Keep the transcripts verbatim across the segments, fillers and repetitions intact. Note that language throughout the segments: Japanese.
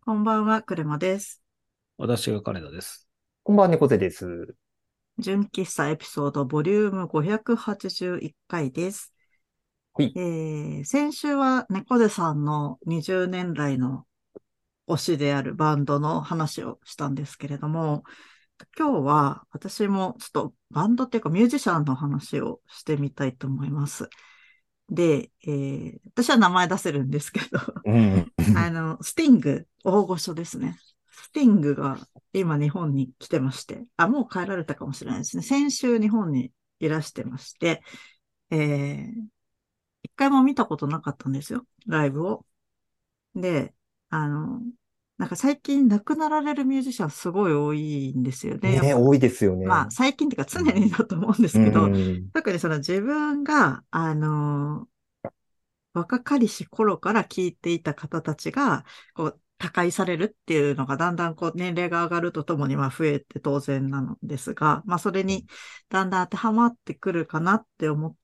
こんばんは、車です。 私が金田です。 こんばんは、猫背です。 純喫茶エピソードボリュームごひゃくはちじゅういっかいです。 はい。 えー、先週は猫背さんのにじゅうねん来の推しであるバンドの話をしたんですけれども、今日は私もちょっとバンドっていうかミュージシャンの話をしてみたいと思います。で、えー、私は名前出せるんですけど、 うん。 あの、スティング、大御所ですね。スティングが今日本に来てまして、あ、もう帰られたかもしれないですね。先週日本にいらしてまして、えー、一回も見たことなかったんですよ、ライブを。で、あの、なんか最近亡くなられるミュージシャンすごい多いんですよね。やっね、 ぱ、 多いですよね。 まあ最近っていうか常にうん。 だと思うんですうけど、 ん。 特にその自分が、あの、若かりし頃から聞いていた方たちが、こう、他界されるっていうのがだんだんこう年齢が上がるとともにまあ増えて当然なのですが、まあそれにだんだん当てはまってくるかなって思って、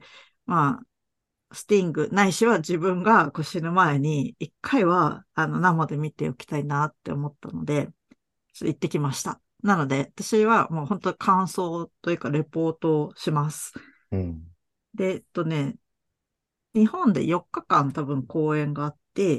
まあスティングないしは自分がこう死ぬ前に一回はあの生で見ておきたいなって思ったので、ちょっと行ってきました。なので私はもう本当感想というかレポートをします。 うん。 で、えっとね、日本でよっかかん多分公演があって、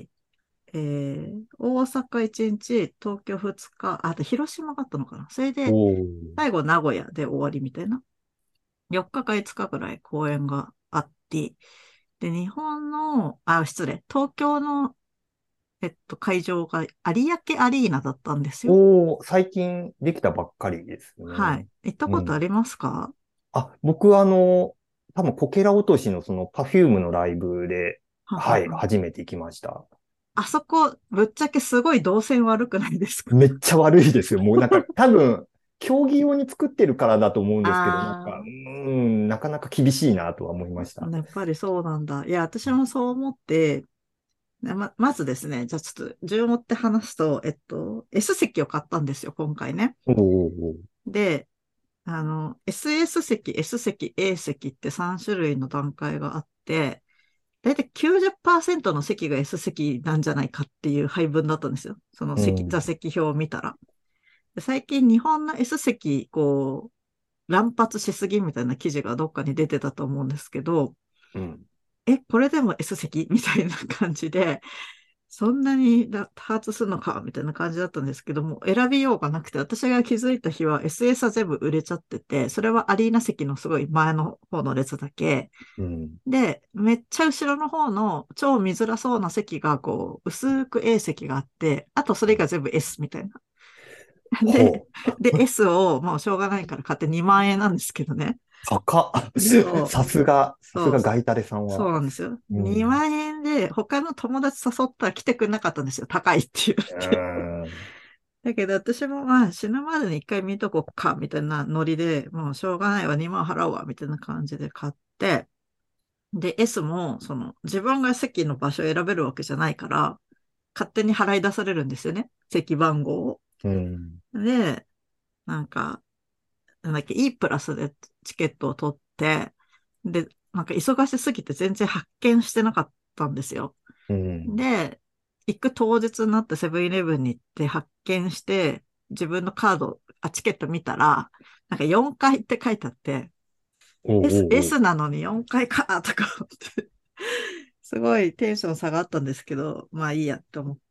えー、大阪いちにち、東京ふつか、あと広島があったのかな。それで、 おー。 最後名古屋で終わりみたいな。よっかかいつかぐらい公演があって、で、日本の、あ、失礼、東京の、えっと、会場が有明アリーナだったんですよ。 おー、最近できたばっかりですね。 はい。行ったうん。 ことありますか？ あ、僕あの、多分こけら落としのそのパフュームのライブで、はい、 ははは。 初めて行きました。 あそこ、ぶっちゃけすごい動線悪くないですか？ めっちゃ悪いですよ。もうなんか多分、競技用に作ってるからだと思うんですけど、なんか、うあー。 ーん、なかなか厳しいなとは思いました。 やっぱりそうなんだ。いや、私もそう思って、ま、まずですね、じゃあちょっと順を追って話すと、えっと、S 席を買ったんですよ、今回ね。 おーおー。 で、あの、エスエス 席、S 席、A 席ってさん種類の段階があって、だいたいきゅうじゅっパーセントの席が S 席なんじゃないかっていう配分だったんですよ。その席、 うん。 座席表を見たら。で最近日本の S 席、こう、乱発しすぎみたいな記事がどっかに出てたと思うんですけど、 うん。 え、これでも S 席みたいな感じで、そんなに多発するのかみたいな感じだったんですけども、選びようがなくて、私が気づいた日は エスエス は全部売れちゃってて、それはアリーナ席のすごい前の方の列だけ。 うん。 で、めっちゃ後ろの方の超見づらそうな席がこう、薄く A 席があって、あとそれが全部 S みたいな。で、 ほで、S をもうしょうがないから買ってにまん円なんですけどね。 高っ。 そう、 さすが、さすそう、 がガイタレさんは。 そうなんですよ。 うん。 にまん円で他の友達誘ったら来てくれなかったんですよ。高いって言わうれて。 ん。 だけど私もまあ死ぬまでに一回見とこっか、みたいなノリで、もうしょうがないわ、にまん払うわ、みたいな感じで買って、で、S も、その、自分が席の場所を選べるわけじゃないから、勝手に払い出されるんですよね。席番号を。 うん。 で、なんか、なんだっけ、E プラスでチケットを取って、で、なんか忙しすぎて全然発見してなかったんですよ。 うん。 で、行く当日になってセブンイレブンに行って発見して、自分のカード、あ、チケット見たら、なんかよんかいって書いてあって、 おう S、 おうおう。 S なのによんかいかいかとか思って、すごいテンション下がったんですけど、まあいいやと思って、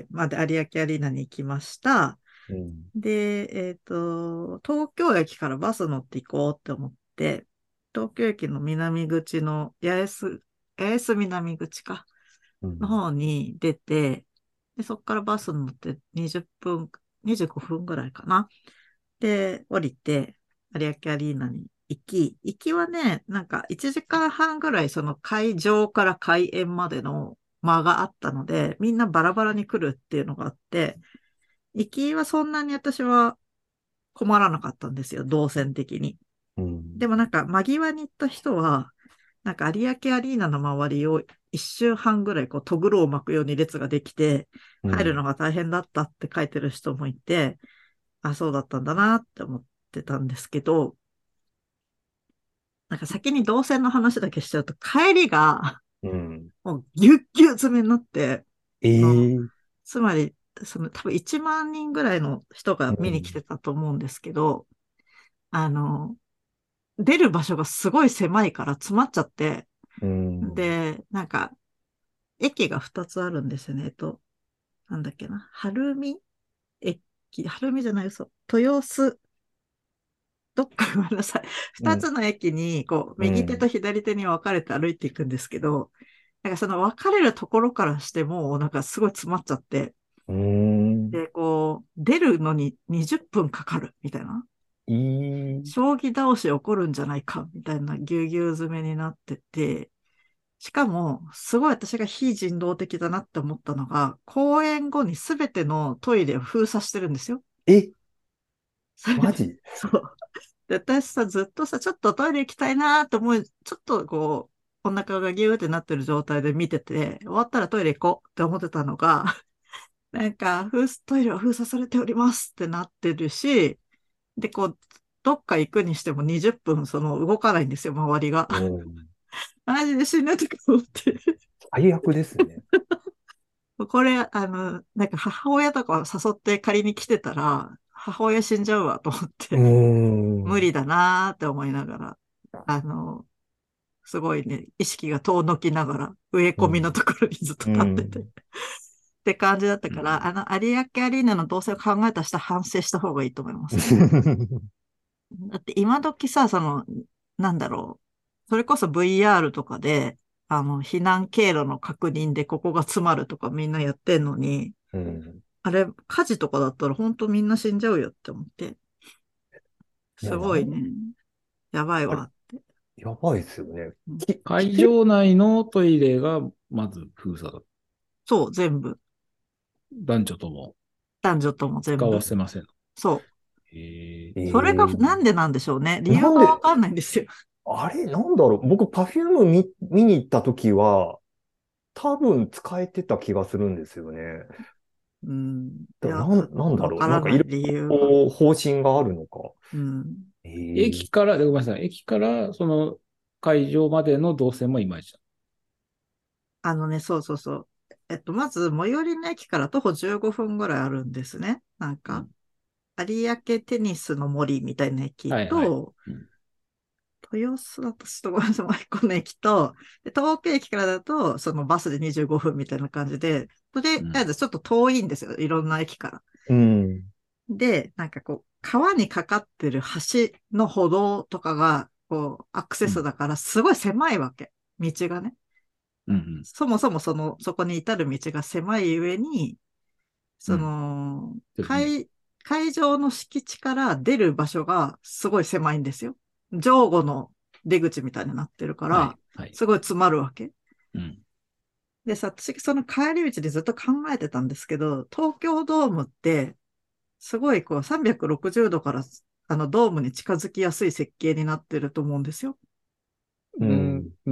まあで、有明アリーナに行きました。 うん。 で、えっと、東京駅からバス乗って行こうって思って、東京駅の南口の八重洲、八重洲南口か。のうん。 方に出て、で、そこからバスに乗ってにじゅっぷん、にじゅうごふんぐらいかな。で、降りて、有明アリーナに行き、行きはね、なんかいちじかんはんぐらいその会場から開演までの間があったので、みんなバラバラに来るっていうのがあって、行きはそんなに私は困らなかったんですよ、動線的に。 うん。 でもなんか間際に行った人は、なんか有明アリーナの周りを一周半ぐらいこうトグロを巻くように列ができて、入るのうん。 が大変だったって書いてる人もいて、あ、そうだったんだなって思ってたんですけど、なんか先に動線の話だけしちゃうと、帰りがうん。 もうギュッギュッ詰めになって、 えそのえ。 つまり、 その多分いちまん人ぐらいの人が見に来てたと思うんですけど、あの、出る場所がすごい狭いから詰まっちゃって、 うん。 で、なんか、駅がふたつあるんですよね。えっと、なんだっけな。晴海駅、晴海じゃない、そう、豊洲、どっかごめんなさい。 うん。 二つの駅に、こう、右手とうん。 左手に分かれて歩いていくんですけど、なんかその分かれるところからしても、なんかすごい詰まっちゃって、 うん。 で、こう、出るのににじゅっぷんかかる、みたいな。 いい。 将棋倒し起こるんじゃないか、みたいなぎゅうぎゅう詰めになってて、しかも、すごい私が非人道的だなって思ったのが、公演後にすべてのトイレを封鎖してるんですよ。 え、 それで、 マジ？ そう。で、私さ、ずっとさ、ちょっとトイレ行きたいなと思い、ちょっとこう、お腹がギューってなってる状態で見てて、終わったらトイレ行こうって思ってたのが、なんか、封トイレは封鎖されておりますってなってるし、で、こう、どっか行くにしてもにじゅっぷん、その、動かないんですよ、周りが。 うん。 マジで死ぬとか思って。 最悪ですね。 これ、あの、なんか母親とか誘って仮に来てたら、母親死んじゃうわと思っうーて、無ん。 理だなーって思いながら、あの、すごいね、意識が遠のきながら、植え込みのうん。 ところにずっとう立ってて、っん。 て感じだったから、 うん。 あの、有明アリーナの動線を考えた人は反省した方がいいと思いますね。だって今時さ、その、なんだろう。それこそ ブイアール とかで、あの、避難経路の確認でここが詰まるとかみんなやってんのに、 うん。 あれ、火事とかだったら本当みんな死んじゃうよって思って、 いや、 すなん、 ごいね、やばいあれ、 わって。 やばいですよね。 うん、 き、規制、 会場内のトイレがまず封鎖だ。 そう、全部。 男女とも男女とも使全部。 わせません。 そう。 へえ。 えそれがー、 なんでなんでしょうね。理由なんで、 がわかんないんですよ。 あれ、なんだろう。僕、パフューム見、見に行った時は、多分使えてた気がするんですよね。 うん。いや、 だからなん、なんだろう。 わからないなんかいろい理由が。 ろこう方針があるのか。 うん。 えー、 駅から、ごめんなさい。駅からその会場までの動線もいまいちだ。 あのね、そうそうそう。えっと、まず、最寄りの駅から徒歩じゅうごふんぐらいあるんですね。なんか、 うん。 有明テニスの森みたいな駅はいはい。 と、 うん。 豊洲だとちょっとごめんなさい、もう一個の駅と、で東京駅からだと、そのバスでにじゅうごふんみたいな感じで、とりうん。 あえずちょっと遠いんですよ。いろんな駅から。 うん。 で、なんかこう、川にかかってる橋の歩道とかが、こう、アクセうん。 スだから、すごい狭いわけ。道がね。 うん。 そもそもその、そこに至る道が狭い上に、そうん。 の、 そうですね。 会、会場の敷地から出る場所がすごい狭いんですよ。上後の出口みたいになってるから、 はい。はい。 すごい詰まるわけ。 うん。 でさ、私その帰り道でずっと考えてたんですけど、東京ドームって、すごいこうさんびゃくろくじゅうどからあのドームに近づきやすい設計になってると思うんですよ。 ううん。 ん。 うん。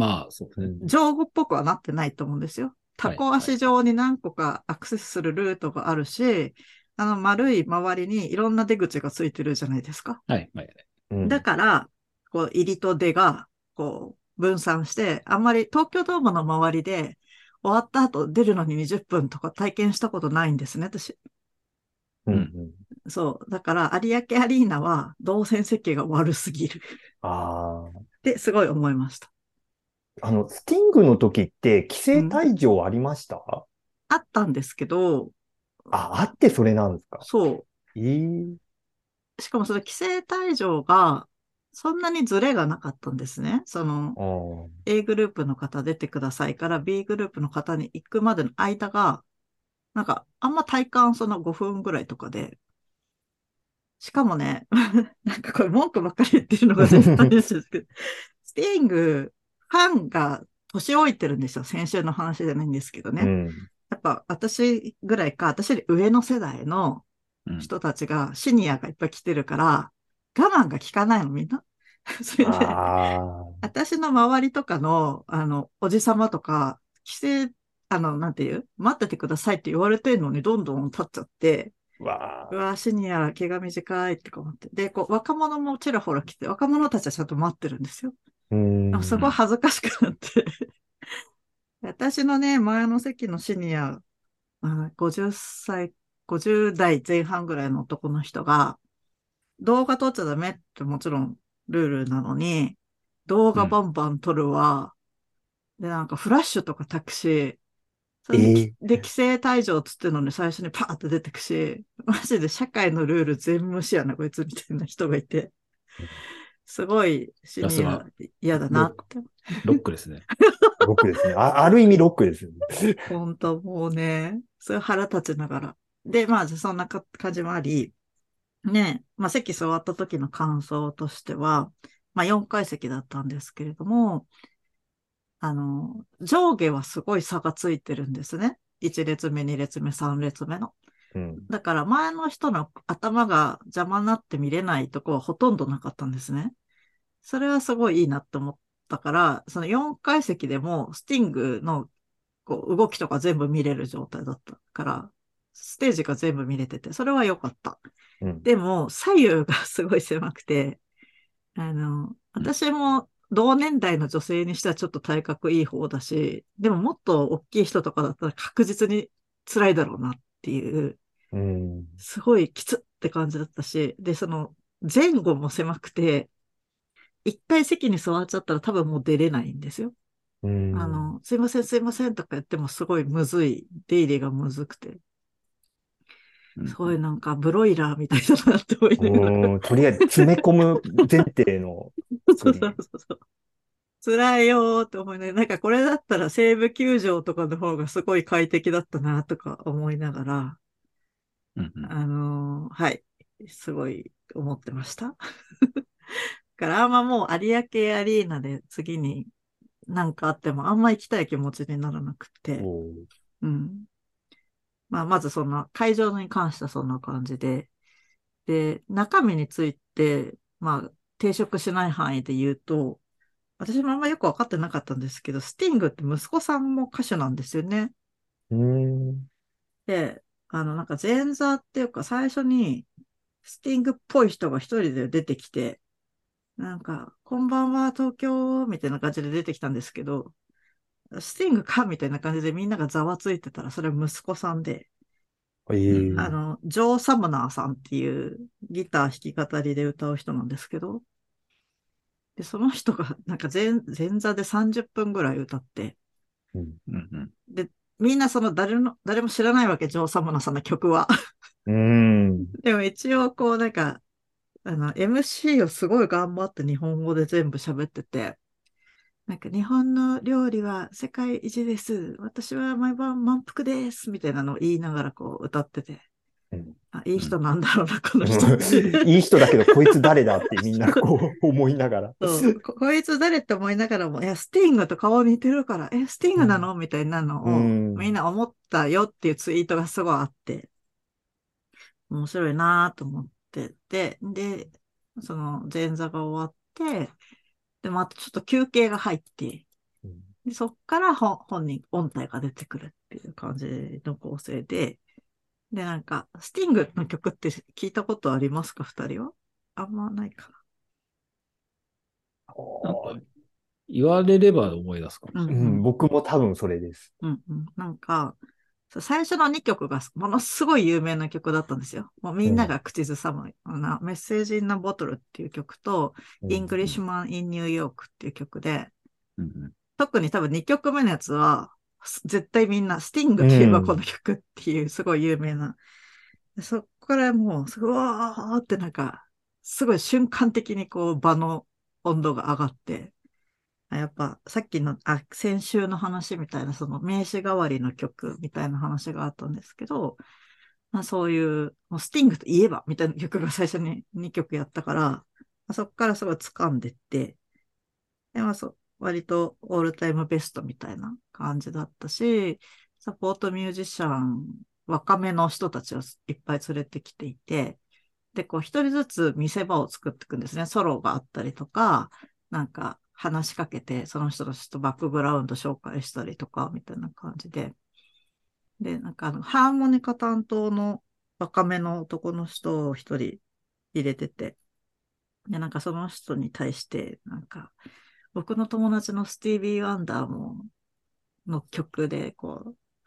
まあ、そうですね。 うん。 上後っぽくはなってないと思うんですよ。タはい。 コはい。 足状に何個かアクセスするルートがあるし、あの丸い周りにいろんな出口がついてるじゃないですか。 はい。はい。 だうん。 から、こう入りと出がこう分散して、あんまり東京ドームの周りで終わった後出るのににじゅっぷんとか体験したことないんですね、私。 うん。ううん。 ん。 そう。だから、有明アリーナは動線設計が悪すぎるあってすごい思いました。 あ。あの、スティングの時って規制うん。 退場ありました？ あったんですけど、 あ、あってそれなんですか？ そええ。 う。しかもその規制退場がそんなにズレがなかったんですね。そのああ。 A グループの方出てくださいから B グループの方に行くまでの間が、なんかあんま体感そのごふんぐらいとかで、しかもね、なんかこれ文句ばっかり言ってるのが絶対ですけど、スティング、ファンが年老いてるんですよ。先週の話じゃないんですけどね。 うん。 やっぱ私ぐらいか、私より上の世代のうん。 人たちが、シニアがいっぱい来てるから、我慢が効かないの、みんな。それで、 ああ。 私の周りとかの、あの、おじさまとか、規制、あの、なんていう待っててくださいって言われてるのにどんどん立っちゃって、 わあ。 うわ、シニア、毛が短いって思って。で、こう、若者もちらほら来て、若者たちはちゃんと待ってるんですよ。 うでもすん。 ごいうん。 恥ずかしくなって私のね、前の席のシニアあごじゅっさい、ごじゅう代前半ぐらいの男の人が、動画撮っちゃダメってもちろんルールなのに、動画うん。 バンバン撮るわ。で、なんかフラッシュとかタクシー、それで、きええで、規制退場っつってんのに最初にパーって出てくし、マジで社会のルール全無視やな、こいつみたいな人がいて、すごいシニアさすが、 嫌だなロ、 って。 ロックですね。 ロックですね。あ、ある意味ロックですよね。 本当もうね、そういう腹立ちながら。で、まあ、そんなか感じもあり、ね、まあ、席座った時の感想としては、まあ、よんかい席だったんですけれども、あの、上下はすごい差がついてるんですね。いち列目、に列目、さん列目の。 うん。 だから前の人の頭が邪魔になって見れないとこはほとんどなかったんですね。それはすごいいいなって思ったから、そのよんかい席でもスティングのこう動きとか全部見れる状態だったから、ステージが全部見れてて、それは良かった。 うん。 でも、左右がすごい狭くて、あの、 うん。 私も同年代の女性にしてはちょっと体格いい方だし、でももっと大きい人とかだったら確実に辛いだろうなっていう、 うん。 すごいきつって感じだったし、で、その前後も狭くて、一回席に座っちゃったら多分もう出れないんですよ。 うん。 あの、すいません、すいませんとか言ってもすごいむずい、出入りがむずくて、 うん。 すごいなんかブロイラーみたいだなって思いながら。 うん。とりあえず詰め込む前提のそうそうスクリーン。 そうそう。辛いよーって思いながら、なんかこれだったら西武球場とかの方がすごい快適だったなとか思いながら、 うん。うん。 あのーはい、すごい思ってました。だからあんまもう有明アリーナで次になんかあってもあんま行きたい気持ちにならなくて、 おーうん。まあ、まずそんな、会場に関してはそんな感じで、で、中身について、まあ、抵触しない範囲で言うと、私もあんまよくわかってなかったんですけど、スティングって息子さんも歌手なんですよね。 うん。 で、あの、なんか前座っていうか最初にスティングっぽい人が一人で出てきて、なんか、こんばんは東京みたいな感じで出てきたんですけど、スティングかみたいな感じでみんながざわついてたら、それは息子さんで、 うん。うええん。 あの、ジョー・サムナーさんっていうギター弾き語りで歌う人なんですけど、で、その人がなんか前、前座でさんじゅっぷんぐらい歌って、 うん。 うん。うん。 で、みんなその誰の、誰も知らないわけ、ジョー・サムナーさんの曲は。 うん。 でも一応こうなんか、あの、エムシー をすごい頑張って日本語で全部喋ってて、なんか日本の料理は世界一です。私は毎晩満腹です。みたいなのを言いながらこう歌ってて、 うんあ、いいうん。 人なんだろうな、この人っうんて。 いい人だけど、こいつ誰だってみんなこう思いながら。 そうこ、こいつ誰って思いながらも、いや、スティングと顔似てるから、え、スティングなのみたいなうのをみんん。 な思ったよっていうツイートがすごいあって、面白いなと思ってて、で、その前座が終わって、で、またちょっと休憩が入って、 うんでそっから本本人、音体が出てくるっていう感じの構成で、で、なんか、スティングの曲って聞いたことありますか二人は？あんまないかなんか、言われれば思い出すかもな。うんしれない。 うん。 うん、僕も多分それです。 うんうん。なんか、そう最初のにきょくがものすごい有名な曲だったんですよ。もうみうん。 んなが口ずさむようなメッセージインナボトルっていう曲と、 うん。 イングリッうん。 シュマン・イン・ニューヨークっていう曲で、 うん。 特に多分にきょくめのやつは、絶対みんな、スティングうといえばこのん。 曲っていうすごい有名な。そこからもう、すごいわーってなんか、すごい瞬間的にこう場の温度が上がって、やっぱさっきの、あ、先週の話みたいな、その名詞代わりの曲みたいな話があったんですけど、まあ、そういう、もうスティングといえばみたいな曲が最初ににきょくやったから、まあそこからすごい掴んでって、で、まあ、そう、割とオールタイムベストみたいな感じだったし、サポートミュージシャン、若めの人たちをいっぱい連れてきていて、で、こう一人ずつ見せ場を作っていくんですね。ソロがあったりとか、なんか話しかけて、その人たちとバックグラウンド紹介したりとか、みたいな感じで。で、なんかあの、ハーモニカ担当の若めの男の人を一人入れてて、で、なんかその人に対して、なんか、僕の友達のスティービー・ワンダーも、の曲で、こう、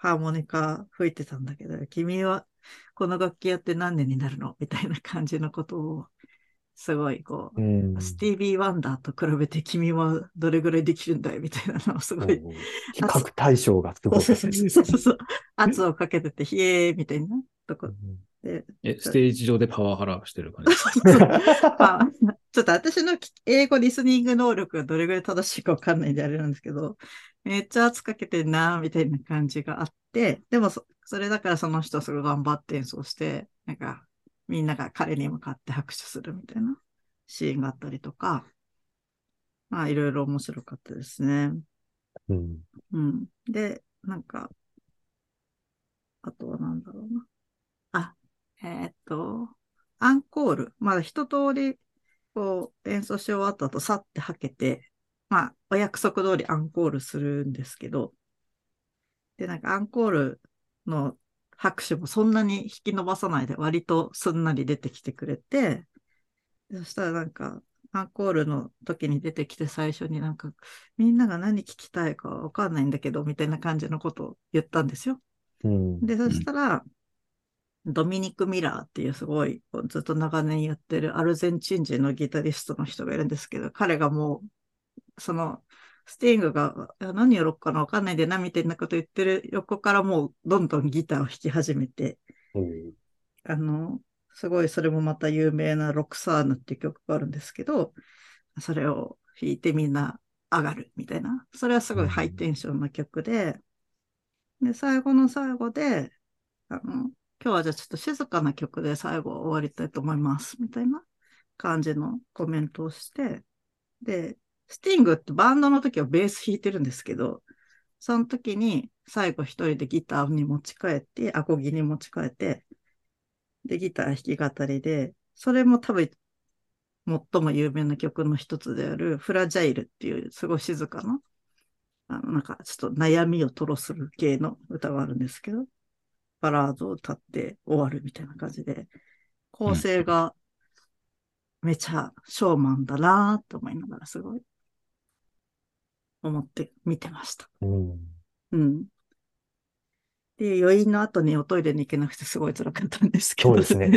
ハーモニカ吹いてたんだけど、君はこの楽器やって何年になるのみたいな感じのことを、すごいこうう、スん。 ティービー・ワンダーと比べて君はどれぐらいできるんだよみたいなのをすごい、 おー比圧、 較対象がすごい。 そうそうそうそうそう、圧をかけてて、ひえーみたいなとこで、 え、ステージ上でパワハラしてる感じですか？ そうそうまあ、ちょっと私の英語リスニング能力がどれぐらい正しいかわかんないんであれなんですけど、めっちゃ圧かけてんな、みたいな感じがあって、でもそ、それだからその人すごい頑張って演奏して、なんか、みんなが彼に向かって拍手するみたいなシーンがあったりとか、まあ、いろいろ面白かったですね。 うん。 うん。で、なんか、あとはなんだろうな。あ、えーっと、アンコール。まだ一通り、こう、演奏し終わった後、さってはけて、まあ、お約束通りアンコールするんですけど、で、なんかアンコールの拍手もそんなに引き伸ばさないで、割とすんなり出てきてくれて、そしたらなんか、アンコールの時に出てきて最初になんか、みんなが何聞きたいかわかんないんだけど、みたいな感じのことを言ったんですよ。 うん。 で、そうん。 したら、ドミニク・ミラーっていうすごいずっと長年やってるアルゼンチン人のギタリストの人がいるんですけど、彼がもう、その、スティングが何やろうかなわかんないでなみたいなこと言ってる横からもうどんどんギターを弾き始めて、 うん。 あの、すごいそれもまた有名なロクサーヌっていう曲があるんですけど、それを弾いてみんな上がるみたいな。それはすごいハイテンションな曲で、で、最後の最後で、あの、今日はじゃあちょっと静かな曲で最後は終わりたいと思います、みたいな感じのコメントをして、で、スティングってバンドの時はベース弾いてるんですけど、その時に最後一人でギターに持ち帰って、アコギに持ち帰って、で、ギター弾き語りで、それも多分最も有名な曲の一つであるフラジャイルっていうすごい静かな、あの、なんかちょっと悩みを吐露する系の歌があるんですけど、バラードを歌って終わるみたいな感じで、構うん。 成がめちゃショーマンだなと思いながらすごい思って見てました。 うん。 うん。で、余韻の後におトイレに行けなくてすごい辛かったんですけど。 そうですね。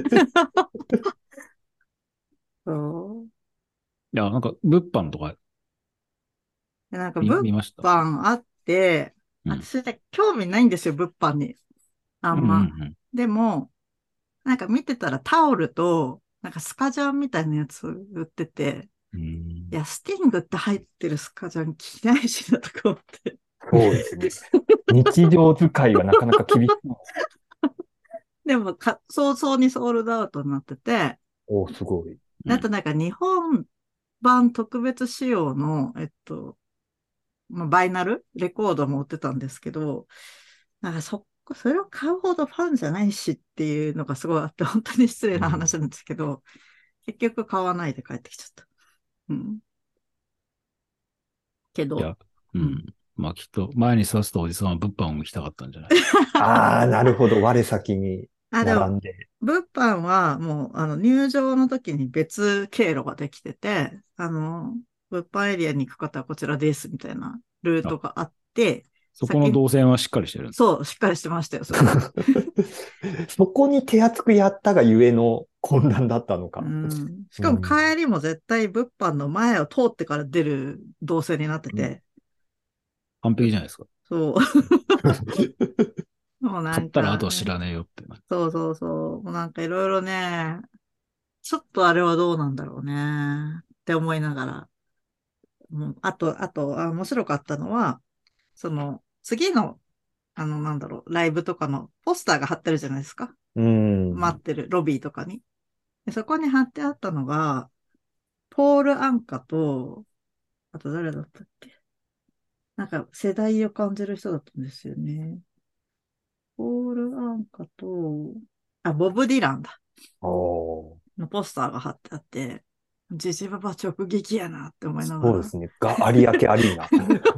そういや、なんか、物販とかでなんか見、 物見ました。 販あって、 うん。 私で興味ないんですよ、物販に。あうんうんんま。 うん。 でも、なんか見てたらタオルと、なんかスカジャンみたいなやつ売ってて、 うん。 いや、スティングって入ってるスカジャン着ないしなとか思って。 そうですね。日常使いはなかなか厳しい。 でもか、早々にソールドアウトになってて、 お、すごい。 うん。 あとなんか日本版特別仕様の、えっと、まあバイナルレコードも売ってたんですけど、なんかそ、それを買うほどファンじゃないしっていうのがすごいあって、本当に失礼なうん。 話なんですけど、結局買わないで帰ってきちゃった。うん。けど、 いや、ううん。 ん。まあ、きっと、前に座ってたおじさんは物販を行きたかったんじゃないですか。 ああ、なるほど。我先にあ、でも、 並んで。 物販はもう、あの、入場の時に別経路ができてて、あの、物販エリアに行く方はこちらですみたいなルーあ、 トがあって、 そこの先に、 動線はしっかりしてるんです。 そう、しっかりしてましたよ、それは。 そこに手厚くやったがゆえの混乱だったのうか。 ん。しかもうん。 帰りも絶対物販の前を通ってから出る動線になってうん。 て、 完璧じゃないですか。 そう。もうなんか、 買ったらあとは知らねえよってな。 そうそうそう。もうなんかいろいろね、ちょっとあれはどうなんだろうね。って思いながら。うん、あと、あと、あ、面白かったのは、その、次の、あの、なんだろう、ライブとかのポスターが貼ってるじゃないですか。 うん。 待ってる、ロビーとかに。でそこに貼ってあったのが、ポール・アンカと、あと誰だったっけ、なんか世代を感じる人だったんですよね。ポール・アンカと、あ、ボブ・ディランだ。 おー、 のポスターが貼ってあって、ジジババ直撃やなって思いながら。 そうですね。が、有明アリーナ。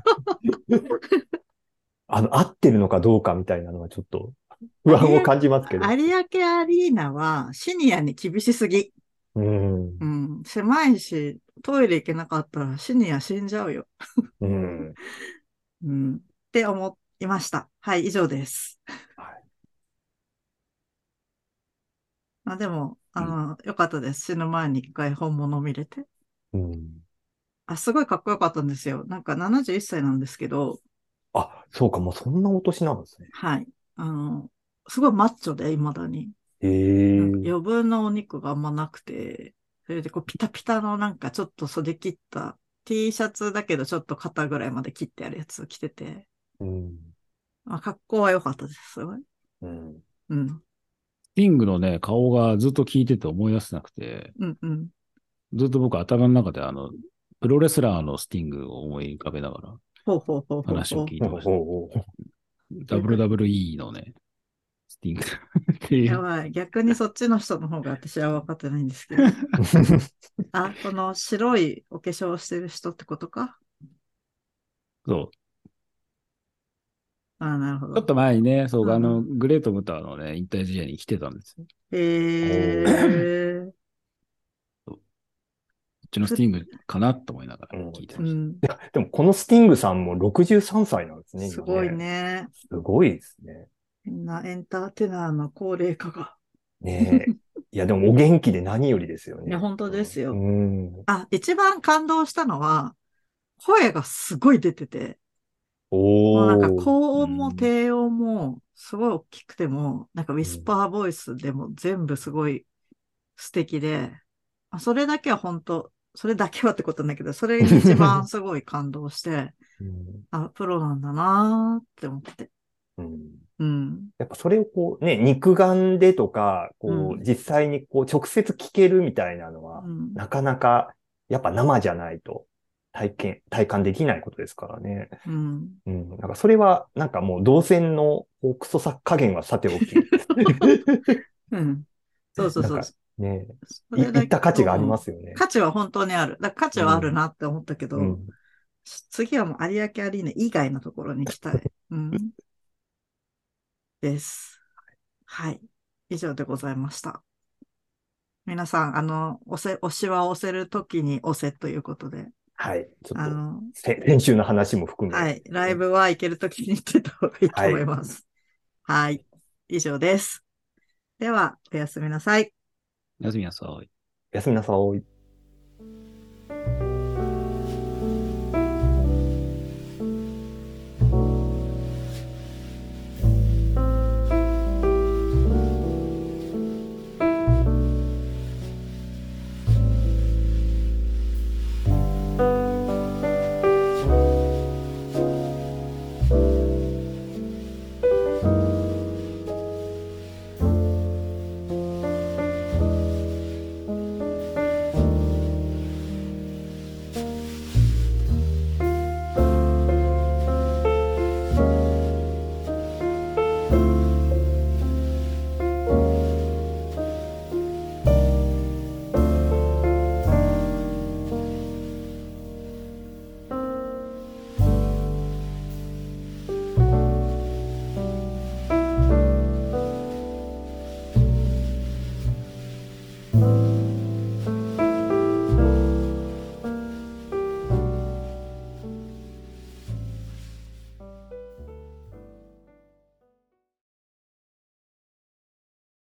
あの、合ってるのかどうかみたいなのはちょっと不安を有感じますけど。 明アリーナはシニアに厳しすぎ。 うん。 うん、狭いし、トイレ行けなかったらシニア死んじゃうよ。 うん。 うん、って思っいました。はい、以上です。 はい。 まあでも、あうん。 の、よかったです。死ぬ前に一回本物見れて。 うん。 あ、すごいかっこよかったんですよ。なんかななじゅういっさいなんですけど、 あ、そうか、もうそんなお年なんですね。 はい。あの、すごいマッチョで、未だに。 へなんかえ。 余分なお肉があんまなくて、それでこうピタピタのなんかちょっと袖切った T シャツだけどちょっと肩ぐらいまで切ってあるやつを着てて、 うん。 まあ、格好は良かったです。すごい。 うん。 うん。 スティングのね、顔がずっと聞いてて思い出せなくて、 うんうん。 ずっと僕頭の中であの、プロレスラーのスティングを思い浮かべながらほうほうほうほう話をほう。 聞いてました。 ほうほうほう。 逆、 ダブリューダブリューイー のね、スティングっていう。 やばい。逆にそっちの人の方が私は分かってないんですけど。あ、この白いお化粧をしてる人ってことか。 そう。 あ、なるほど。 ちょっと前にね、そう、あの、 うん。 グレートムターのね、引退試合に来てたんですよ。 へえ。 そうこっちのスふ、 ティングかなと思いながらうん。 聞いてましうん。 いや、でもこのスティングさんもろくじゅうさんさいなんですね、 すごい今ね。 ね。 すごいですね。 みんなエンターテイナーの高齢化が。 ねえ。いや、でもお元気で何よりですよいや、 ね。 本当ですうよ。 ん。 あ、一番感動したのは、声がすごい出てて、もうなんかおー。 高音もた。うん。 低音もすごい大きくても、なんかウィうん。 スパーボイスでも全部すごい素敵で、あそれだけは本当、それだけはってことないけど、それに一番すごい感動して、 うん。 あ、プロなんだなーって思って。 うん。 うん。 やっぱそれをこうね、肉眼でとか、こう、 うん。 実際にこう、直接聞けるみたいなのは、 うん。 なかなか、やっぱ生じゃないと体験、体感できないことですからね。 うん。 うん。なんかそれは、なんかもう動線のこうクソさ加減はさておき。 うん。そうそうそう。 なんかね、い、 それだけ、 行った価値がありまうん。 すよね。 価値は本当にある。だから価値はあるうん。 なって思ったけど、 うん。 次はもう有明アリーナ以外のところに行きたい。うん。です。はい。以上でございました。皆さん、あの、押せ、押しは押せるときに押せということで、 はい。ちょっと、 あの、 せ先週の話も含め、 はい。ライブは行けるときに行ってた方がいいと思いはい。 ます。はい。以上です。では、おやすみなさい。 おやすみなさい。 おやすみなさい。